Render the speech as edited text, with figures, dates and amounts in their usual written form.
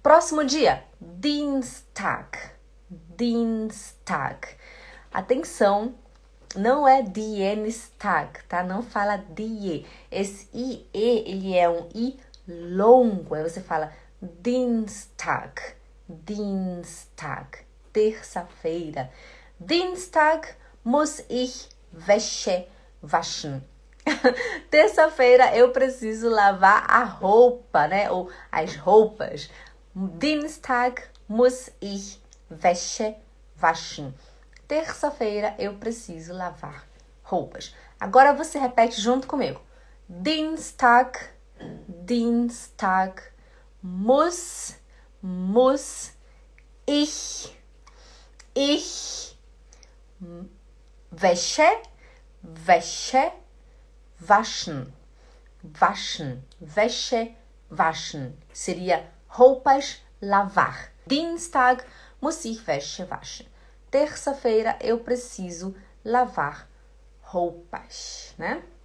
próximo dia, Dienstag. Dienstag. Atenção, não é Dienstag, tá? Não fala die. Esse IE, ele é um I longo. Aí você fala Dienstag. Dienstag. Terça-feira. Dienstag muss ich Wäsche waschen. Terça-feira eu preciso lavar a roupa, né? Ou as roupas. Dienstag muss ich Wäsche waschen. Terça-feira eu preciso lavar roupas. Agora você repete junto comigo. Dienstag, Dienstag, muss ich Wäsche waschen. Waschen, Wäsche waschen. Seria roupas lavar. Dienstag muss ich Wäsche waschen. Terça-feira eu preciso lavar roupas, né?